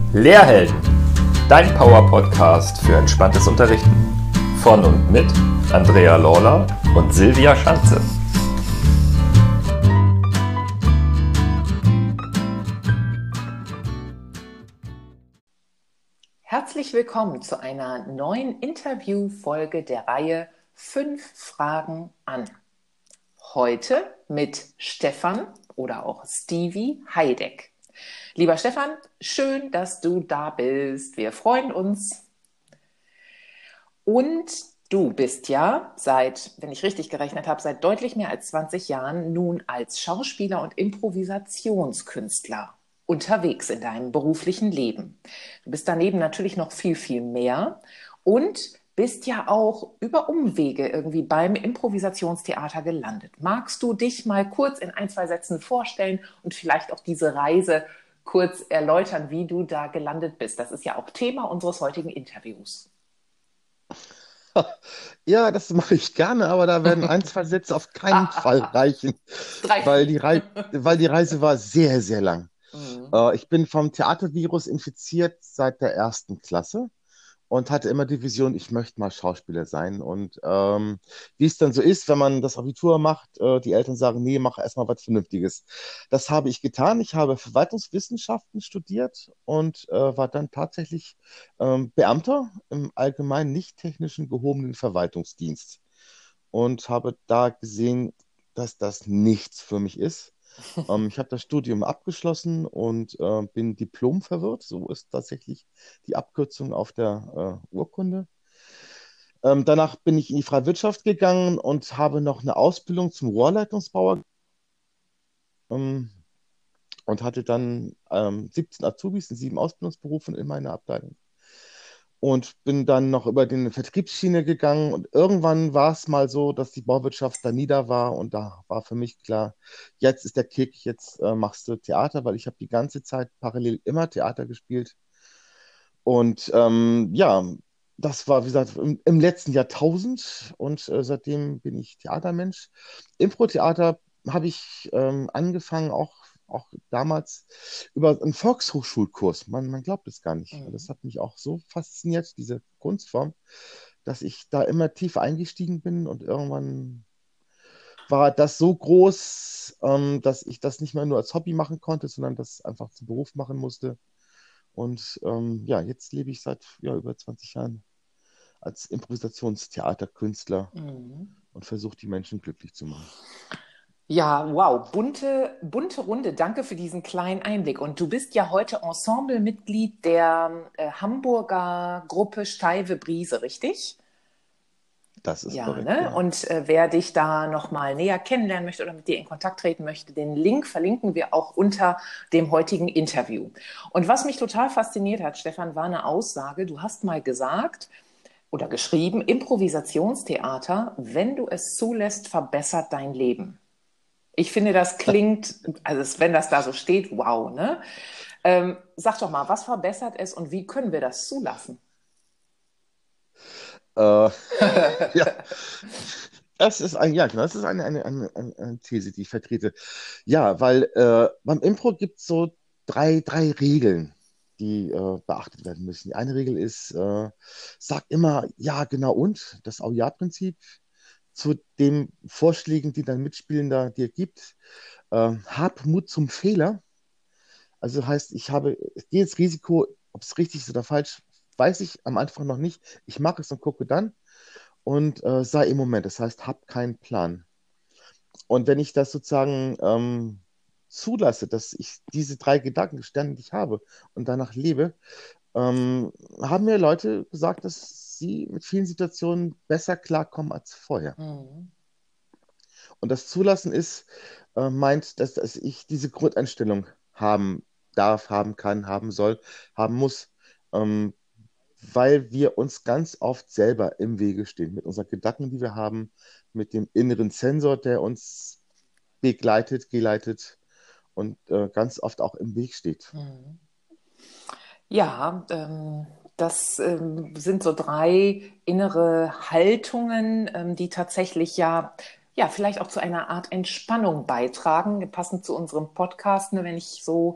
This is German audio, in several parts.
Lehrhelden, dein Power-Podcast für entspanntes Unterrichten. Von und mit Andrea Lawler und Silvia Schanze. Herzlich willkommen zu einer neuen Interviewfolge der Reihe 5 Fragen an. Heute mit Stefan oder auch Stevie Heideck. Lieber Stefan, schön, dass du da bist. Wir freuen uns. Und du bist ja seit, wenn ich richtig gerechnet habe, seit deutlich mehr als 20 Jahren nun als Schauspieler und Improvisationskünstler unterwegs in deinem beruflichen Leben. Du bist daneben natürlich noch viel, viel mehr und bist ja auch über Umwege irgendwie beim Improvisationstheater gelandet. Magst du dich mal kurz in 1, 2 Sätzen vorstellen und vielleicht auch diese Reise kurz erläutern, wie du da gelandet bist? Das ist ja auch Thema unseres heutigen Interviews. Ja, das mache ich gerne, aber da werden 1, 2 Sätze auf keinen Fall reichen, Reicht nicht. weil die Reise war sehr, sehr lang. Mhm. Ich bin vom Theatervirus infiziert seit der ersten Klasse und hatte immer die Vision, ich möchte mal Schauspieler sein. Und wie es dann so ist, wenn man das Abitur macht, die Eltern sagen, nee, mach erstmal was Vernünftiges. Das habe ich getan. Ich habe Verwaltungswissenschaften studiert und war dann tatsächlich Beamter im allgemein nicht technischen gehobenen Verwaltungsdienst und habe da gesehen, dass das nichts für mich ist. Ich habe das Studium abgeschlossen und bin Diplomverwirt. So ist tatsächlich die Abkürzung auf der Urkunde. Danach bin ich in die freie Wirtschaft gegangen und habe noch eine Ausbildung zum Rohrleitungsbauer ähm, und hatte dann 17 Azubis in 7 Ausbildungsberufen in meiner Abteilung. Und bin dann noch über die Vertriebsschiene gegangen und irgendwann war es mal so, dass die Bauwirtschaft da nieder war und da war für mich klar, jetzt ist der Kick, jetzt machst du Theater, weil ich habe die ganze Zeit parallel immer Theater gespielt und ja, das war, wie gesagt, im letzten Jahrtausend und seitdem bin ich Theatermensch. Impro-Theater habe ich angefangen, auch damals über einen Volkshochschulkurs. Man glaubt es gar nicht. Das Mhm. hat mich auch so fasziniert, diese Kunstform, dass ich da immer tiefer eingestiegen bin und irgendwann war das so groß, dass ich das nicht mehr nur als Hobby machen konnte, sondern das einfach zum Beruf machen musste. Und ja, jetzt lebe ich seit über 20 Jahren als Improvisationstheaterkünstler Mhm. und versuche die Menschen glücklich zu machen. Ja, wow, bunte Runde. Danke für diesen kleinen Einblick. Und du bist ja heute Ensemblemitglied der Hamburger Gruppe Steife Brise, richtig? Das ist Ja, korrekt, ne? genau. Und wer dich da nochmal näher kennenlernen möchte oder mit dir in Kontakt treten möchte, den Link verlinken wir auch unter dem heutigen Interview. Und was mich total fasziniert hat, Stefan, war eine Aussage. Du hast mal gesagt oder geschrieben, Improvisationstheater, wenn du es zulässt, verbessert dein Leben. Ich finde, das klingt, also wenn das da so steht, wow, ne? Sag doch mal, was verbessert es und wie können wir das zulassen? Äh, ja, genau, das ist eine These, die ich vertrete. Ja, weil beim Impro gibt es so drei Regeln, die beachtet werden müssen. Die eine Regel ist, sag immer ja, genau und, das Au-Ja-Prinzip zu den Vorschlägen, die dein Mitspielender dir gibt. Hab Mut zum Fehler. Also heißt, ich gehe ins Risiko, ob es richtig ist oder falsch, weiß ich am Anfang noch nicht. Ich mache es und gucke dann und sei im Moment. Das heißt, hab keinen Plan. Und wenn ich das sozusagen zulasse, dass ich diese 3 Gedanken ständig habe und danach lebe, haben mir Leute gesagt, dass sie mit vielen Situationen besser klarkommen als vorher. Mhm. Und das Zulassen meint, dass ich diese Grundeinstellung haben darf, haben kann, haben soll, haben muss, ähm, weil wir uns ganz oft selber im Wege stehen mit unseren Gedanken, die wir haben, mit dem inneren Sensor, der uns begleitet, geleitet und ganz oft auch im Weg steht. Mhm. Ja, das sind so 3 innere Haltungen, die tatsächlich ja, vielleicht auch zu einer Art Entspannung beitragen, passend zu unserem Podcast, ne, wenn ich so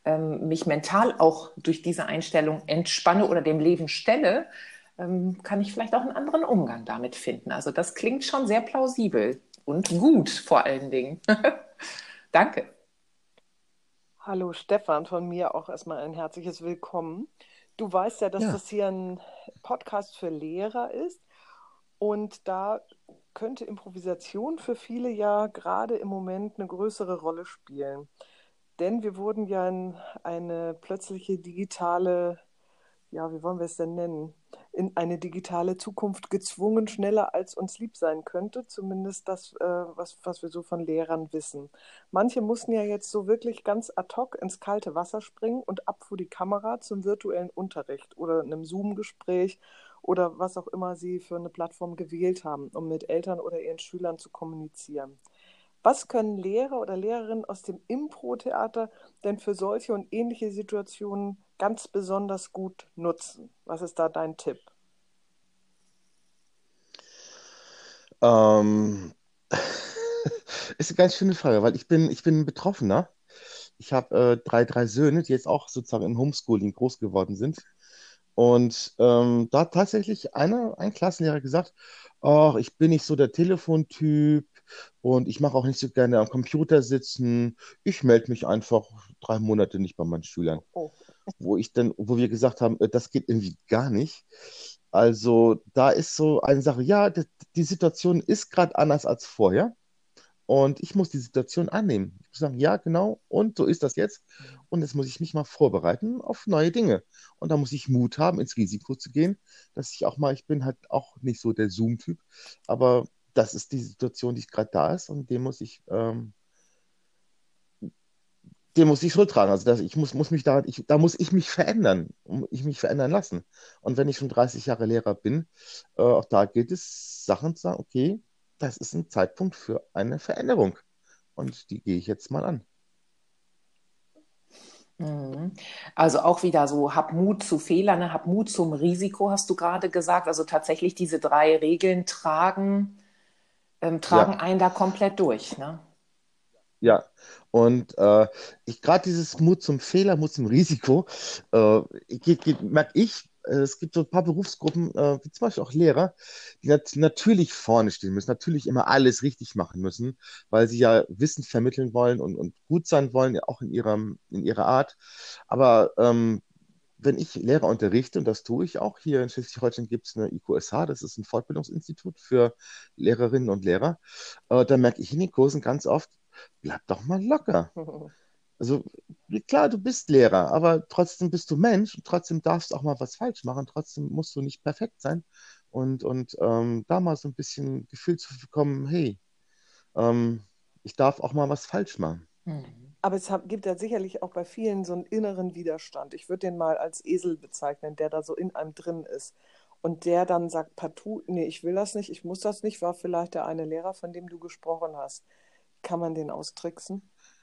mich mental auch durch diese Einstellung entspanne oder dem Leben stelle, kann ich vielleicht auch einen anderen Umgang damit finden. Also das klingt schon sehr plausibel und gut vor allen Dingen. Danke. Hallo Stefan, von mir auch erstmal ein herzliches Willkommen. Du weißt ja, dass Ja, das hier ein Podcast für Lehrer ist und da könnte Improvisation für viele ja gerade im Moment eine größere Rolle spielen. Denn wir wurden ja in eine plötzliche digitale, ja, wie wollen wir es denn nennen, in eine digitale Zukunft gezwungen, schneller als uns lieb sein könnte, zumindest das, was wir so von Lehrern wissen. Manche mussten ja jetzt so wirklich ganz ad hoc ins kalte Wasser springen und ab vor die Kamera zum virtuellen Unterricht oder einem Zoom-Gespräch oder was auch immer sie für eine Plattform gewählt haben, um mit Eltern oder ihren Schülern zu kommunizieren. Was können Lehrer oder Lehrerinnen aus dem Impro-Theater denn für solche und ähnliche Situationen ganz besonders gut nutzen? Was ist da dein Tipp? ähm, ist eine ganz schöne Frage, weil ich bin ein Betroffener. Ich habe drei Söhne, die jetzt auch sozusagen im Homeschooling groß geworden sind. Und da hat tatsächlich ein Klassenlehrer gesagt, ach, ich bin nicht so der Telefontyp und ich mache auch nicht so gerne am Computer sitzen. Ich melde mich einfach 3 Monate nicht bei meinen Schülern. Oh. Wo wir gesagt haben, das geht irgendwie gar nicht. Also da ist so eine Sache, ja, die Situation ist gerade anders als vorher. Und ich muss die Situation annehmen. Ich muss sagen, ja, genau, und so ist das jetzt. Und jetzt muss ich mich mal vorbereiten auf neue Dinge. Und da muss ich Mut haben, ins Risiko zu gehen, dass ich auch mal, ich bin halt auch nicht so der Zoom-Typ, aber das ist die Situation, die gerade da ist und dem muss ich Schuld tragen. Also muss mich da muss ich mich verändern, ich mich verändern lassen. Und wenn ich schon 30 Jahre Lehrer bin, auch da gilt es, Sachen zu sagen, okay, das ist ein Zeitpunkt für eine Veränderung. Und die gehe ich jetzt mal an. Mhm. Also auch wieder so, hab Mut zu Fehlern, ne? Hab Mut zum Risiko, hast du gerade gesagt. Also tatsächlich diese drei Regeln tragen Ja, einen da komplett durch, ne? ja. Und ich gerade dieses Mut zum Fehler, Mut zum Risiko, merke ich, es gibt so ein paar Berufsgruppen, wie zum Beispiel auch Lehrer, die natürlich vorne stehen müssen, natürlich immer alles richtig machen müssen, weil sie ja Wissen vermitteln wollen und gut sein wollen, ja auch in ihrer Art. Aber wenn ich Lehrer unterrichte, und das tue ich auch, hier in Schleswig-Holstein gibt es eine IQSH, das ist ein Fortbildungsinstitut für Lehrerinnen und Lehrer, da merke ich in den Kursen ganz oft, bleib doch mal locker. Also klar, du bist Lehrer, aber trotzdem bist du Mensch und trotzdem darfst du auch mal was falsch machen, trotzdem musst du nicht perfekt sein. Und da mal so ein bisschen Gefühl zu bekommen, hey, ähm, ich darf auch mal was falsch machen. Mhm. Aber gibt ja sicherlich auch bei vielen so einen inneren Widerstand. Ich würde den mal als Esel bezeichnen, der da so in einem drin ist. Und der dann sagt, partout, nee, ich will das nicht, ich muss das nicht, war vielleicht der eine Lehrer, von dem du gesprochen hast. Kann man den austricksen?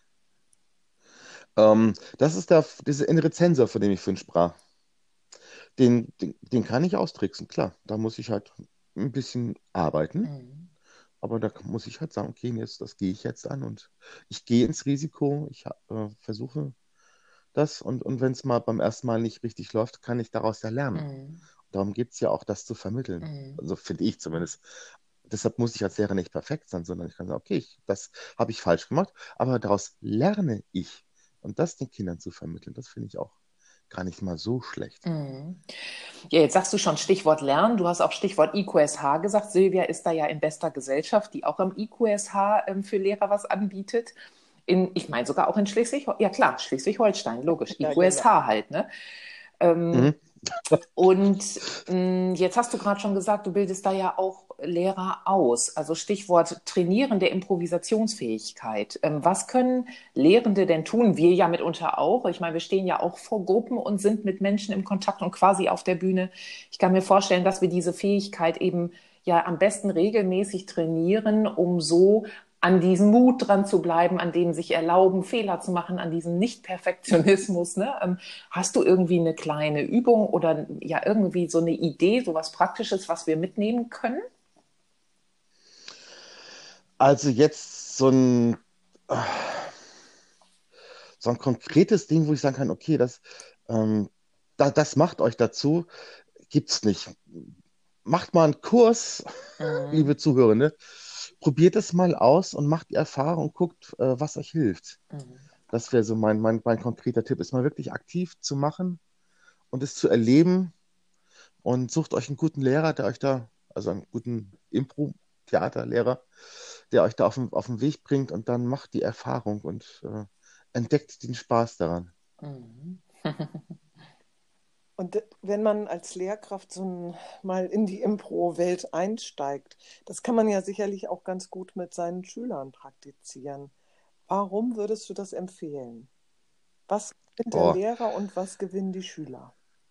Das ist dieser innere Zensor, von dem ich vorhin sprach. Den kann ich austricksen, klar. Da muss ich halt ein bisschen arbeiten, Mhm. aber da muss ich halt sagen, okay, jetzt, das gehe ich jetzt an und ich gehe ins Risiko, ich versuche das und wenn es mal beim ersten Mal nicht richtig läuft, kann ich daraus ja lernen. Mhm. Darum geht es ja auch, das zu vermitteln. Mhm. Also finde ich zumindest. Deshalb muss ich als Lehrer nicht perfekt sein, sondern ich kann sagen, okay, das habe ich falsch gemacht, aber daraus lerne ich. Und das den Kindern zu vermitteln, das finde ich auch gar nicht mal so schlecht. Mhm. Ja, jetzt sagst du schon Stichwort Lernen. Du hast auch Stichwort IQSH gesagt. Silvia ist da ja in bester Gesellschaft, die auch am IQSH für Lehrer was anbietet. Ich meine sogar auch in ja klar, Schleswig-Holstein, logisch. Ja, ja, ja. IQSH halt, ne? Ähm, Mhm. und jetzt hast du gerade schon gesagt, du bildest da ja auch Lehrer aus. Also Stichwort Trainieren der Improvisationsfähigkeit. Was können Lehrende denn tun? Wir ja mitunter auch. Ich meine, wir stehen ja auch vor Gruppen und sind mit Menschen im Kontakt und quasi auf der Bühne. Ich kann mir vorstellen, dass wir diese Fähigkeit eben ja am besten regelmäßig trainieren, um so an diesem Mut dran zu bleiben, an dem sich erlauben, Fehler zu machen, an diesem Nicht-Perfektionismus. Ne? Hast du irgendwie eine kleine Übung oder ja irgendwie so eine Idee, so was Praktisches, was wir mitnehmen können? Also jetzt so ein konkretes Ding, wo ich sagen kann, okay, ähm, das macht euch dazu, gibt's nicht. Macht mal einen Kurs, liebe Mhm. Zuhörende, probiert es mal aus und macht die Erfahrung, guckt, was euch hilft. Mhm. Das wäre so mein konkreter Tipp, ist mal wirklich aktiv zu machen und es zu erleben und sucht euch einen guten Lehrer, der euch da, also einen guten Impro-Theaterlehrer, der euch da auf den Weg bringt und dann macht die Erfahrung und entdeckt den Spaß daran. Mhm. Und wenn man als Lehrkraft mal in die Impro-Welt einsteigt, das kann man ja sicherlich auch ganz gut mit seinen Schülern praktizieren. Warum würdest du das empfehlen? Was gewinnt der Oh, Lehrer und was gewinnen die Schüler?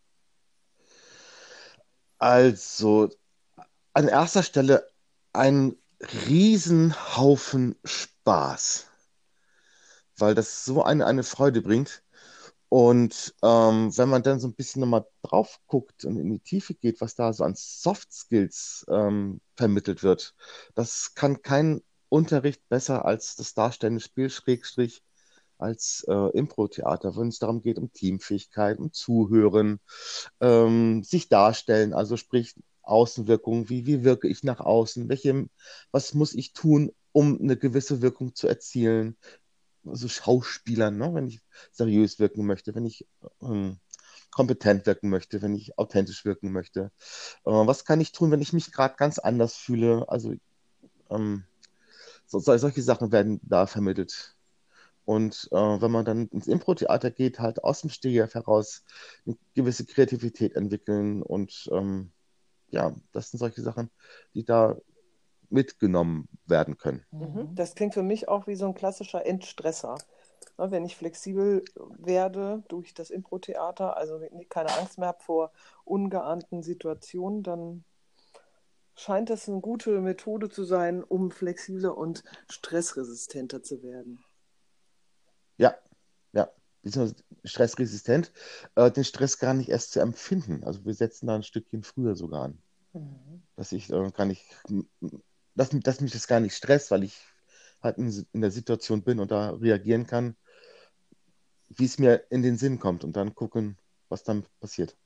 also an erster Stelle ein Riesenhaufen Spaß, weil das so eine Freude bringt. Und wenn man dann so ein bisschen nochmal drauf guckt und in die Tiefe geht, was da so an Soft Skills vermittelt wird, das kann kein Unterricht besser als das darstellende Spiel, Schrägstrich, als Impro-Theater, wenn es darum geht, um Teamfähigkeit, um Zuhören, sich darstellen, also sprich Außenwirkung, wie wirke ich nach außen, was muss ich tun, um eine gewisse Wirkung zu erzielen, so Schauspielern, ne? Wenn ich seriös wirken möchte, wenn ich kompetent wirken möchte, wenn ich authentisch wirken möchte. Was kann ich tun, wenn ich mich gerade ganz anders fühle? Also ähm, solche Sachen werden da vermittelt. Und wenn man dann ins Impro-Theater geht, halt aus dem Stegreif heraus eine gewisse Kreativität entwickeln. Und ja, das sind solche Sachen, die da mitgenommen werden können. Mhm. Das klingt für mich auch wie so ein klassischer Entstresser. Ne, wenn ich flexibel werde durch das Impro-Theater, also keine Angst mehr habe vor ungeahnten Situationen, dann scheint das eine gute Methode zu sein, um flexibler und stressresistenter zu werden. Ja, ja. Beziehungsweise stressresistent, den Stress gar nicht erst zu empfinden. Also wir setzen da ein Stückchen früher sogar an. Mhm. Dass ich gar nicht, dass mich das gar nicht stresst, weil ich halt in der Situation bin und da reagieren kann, wie es mir in den Sinn kommt und dann gucken, was dann passiert.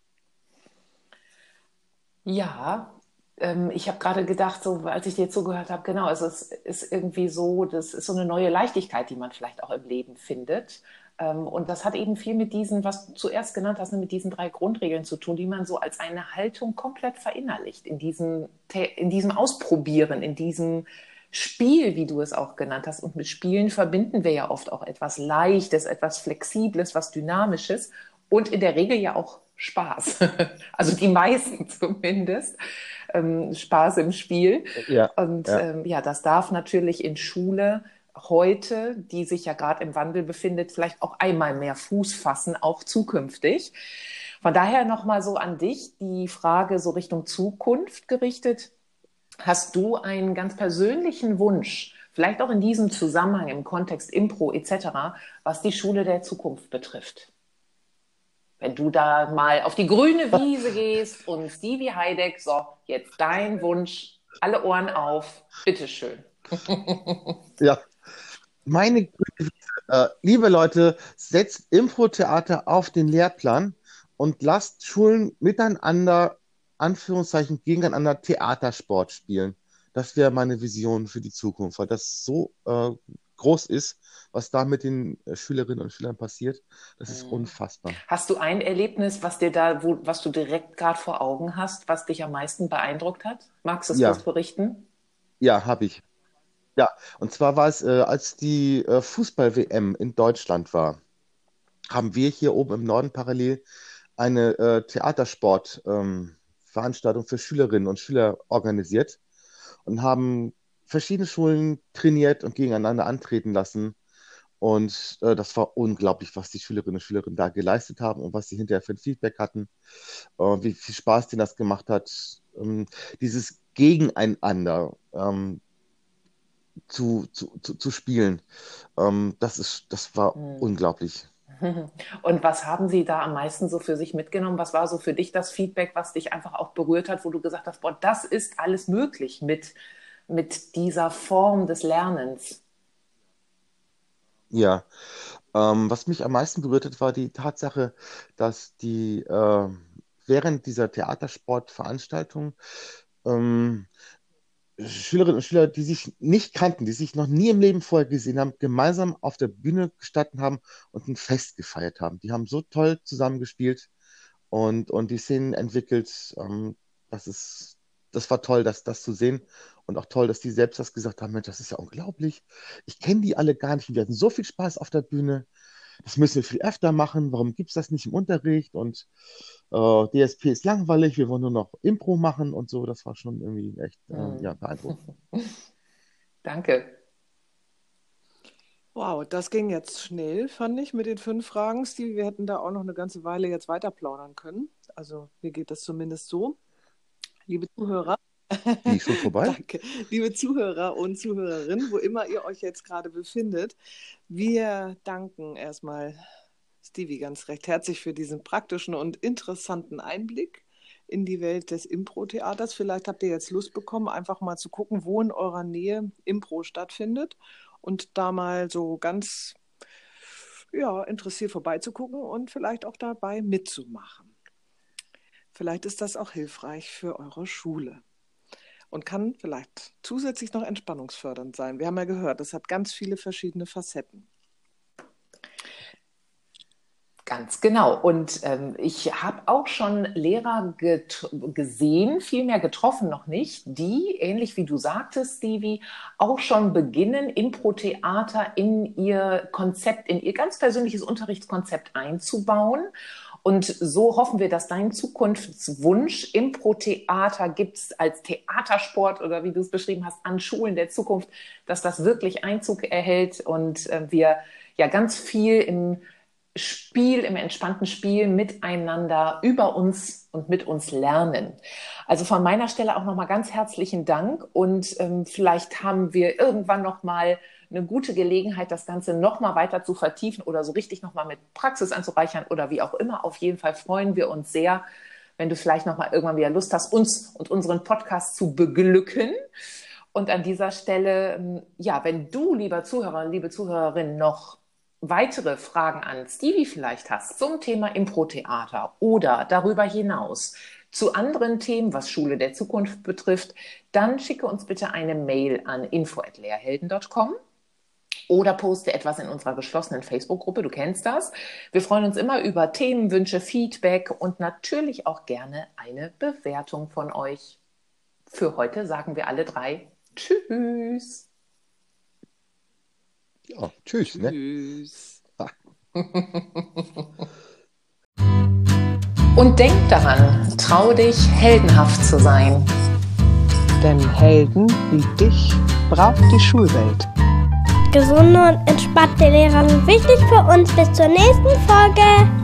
Ja, ich habe gerade gedacht, so als ich dir zugehört habe, genau, also es ist irgendwie so, das ist so eine neue Leichtigkeit, die man vielleicht auch im Leben findet. Und das hat eben viel mit diesen, was du zuerst genannt hast, ne, mit diesen 3 Grundregeln zu tun, die man so als eine Haltung komplett verinnerlicht, in diesem Ausprobieren, in diesem Spiel, wie du es auch genannt hast. Und mit Spielen verbinden wir ja oft auch etwas Leichtes, etwas Flexibles, was Dynamisches und in der Regel ja auch Spaß. Also die meisten zumindest. Spaß im Spiel. Ja, Und ja. ja, das darf natürlich in Schule heute, die sich ja gerade im Wandel befindet, vielleicht auch einmal mehr Fuß fassen, auch zukünftig. Von daher nochmal so an dich die Frage so Richtung Zukunft gerichtet. Hast du einen ganz persönlichen Wunsch, vielleicht auch in diesem Zusammenhang, im Kontext Impro etc., was die Schule der Zukunft betrifft? Wenn du da mal auf die grüne Wiese gehst und Stevie Heideck, so, jetzt dein Wunsch, alle Ohren auf, bitteschön. Ja, meine Güte, liebe Leute, setzt Impro-Theater auf den Lehrplan und lasst Schulen miteinander, Anführungszeichen, gegeneinander Theatersport spielen. Das wäre meine Vision für die Zukunft, weil das so groß ist, was da mit den Schülerinnen und Schülern passiert. Das ist unfassbar. Hast du ein Erlebnis, was dir da, was du direkt gerade vor Augen hast, was dich am meisten beeindruckt hat? Magst du es kurz Ja, berichten? ja, habe ich. Ja, und zwar war es, als die Fußball-WM in Deutschland war, haben wir hier oben im Norden parallel eine Theatersport-Veranstaltung für Schülerinnen und Schüler organisiert und haben verschiedene Schulen trainiert und gegeneinander antreten lassen. Und das war unglaublich, was die Schülerinnen und Schüler da geleistet haben und was sie hinterher für ein Feedback hatten, wie viel Spaß denen das gemacht hat. Dieses Gegeneinander zu spielen, das war unglaublich. Und was haben Sie da am meisten so für sich mitgenommen? Was war so für dich das Feedback, was dich einfach auch berührt hat, wo du gesagt hast, boah, das ist alles möglich mit dieser Form des Lernens? Ja. Was mich am meisten berührt hat, war die Tatsache, dass die während dieser Theatersportveranstaltung ähm, Schülerinnen und Schüler, die sich nicht kannten, die sich noch nie im Leben vorher gesehen haben, gemeinsam auf der Bühne gestanden haben und ein Fest gefeiert haben. Die haben so toll zusammengespielt und die Szenen entwickelt. Das war toll, das zu sehen. Und auch toll, dass die selbst das gesagt haben, Mensch, das ist ja unglaublich. Ich kenne die alle gar nicht. Wir hatten so viel Spaß auf der Bühne. Das müssen wir viel öfter machen. Warum gibt es das nicht im Unterricht? Und DSP ist langweilig. Wir wollen nur noch Impro machen und so. Das war schon irgendwie echt ja, beeindruckend. Danke. Wow, das ging jetzt schnell, fand ich, mit den 5 Fragen, Stevie. Wir hätten da auch noch eine ganze Weile jetzt weiter plaudern können. Also mir geht das zumindest so. Liebe Zuhörer, Die ist schon vorbei? danke. Liebe Zuhörer und Zuhörerinnen, wo immer ihr euch jetzt gerade befindet, wir danken erstmal Stevie ganz recht herzlich für diesen praktischen und interessanten Einblick in die Welt des Impro-Theaters. Vielleicht habt ihr jetzt Lust bekommen, einfach mal zu gucken, wo in eurer Nähe Impro stattfindet und da mal so ganz interessiert vorbeizugucken und vielleicht auch dabei mitzumachen. Vielleicht ist das auch hilfreich für eure Schule und kann vielleicht zusätzlich noch entspannungsfördernd sein. Wir haben ja gehört, es hat ganz viele verschiedene Facetten. Ganz genau. Und ich habe auch schon Lehrer gesehen, vielmehr getroffen noch nicht, die, ähnlich wie du sagtest, Stevie, auch schon beginnen, Impro-Theater in ihr Konzept, in ihr ganz persönliches Unterrichtskonzept einzubauen. Und so hoffen wir, dass dein Zukunftswunsch, Impro-Theater gibt es als Theatersport oder wie du es beschrieben hast, an Schulen der Zukunft, dass das wirklich Einzug erhält und wir ja ganz viel im entspannten Spiel miteinander über uns und mit uns lernen. Also von meiner Stelle auch nochmal ganz herzlichen Dank und vielleicht haben wir irgendwann nochmal eine gute Gelegenheit, das Ganze nochmal weiter zu vertiefen oder so richtig nochmal mit Praxis anzureichern oder wie auch immer. Auf jeden Fall freuen wir uns sehr, wenn du vielleicht nochmal irgendwann wieder Lust hast, uns und unseren Podcast zu beglücken. Und an dieser Stelle, wenn du, lieber Zuhörer, liebe Zuhörerin, noch weitere Fragen an Stevie vielleicht hast zum Thema Impro-Theater oder darüber hinaus zu anderen Themen, was Schule der Zukunft betrifft, dann schicke uns bitte eine Mail an info@lehrhelden.com oder poste etwas in unserer geschlossenen Facebook-Gruppe, du kennst das. Wir freuen uns immer über Themenwünsche, Feedback und natürlich auch gerne eine Bewertung von euch. Für heute sagen wir alle 3 Tschüss. Ja, tschüss. Ne? Tschüss. Und denk daran, trau dich, heldenhaft zu sein. Denn Helden wie dich braucht die Schulwelt. Gesunde und entspannte Lehrer sind wichtig für uns. Bis zur nächsten Folge.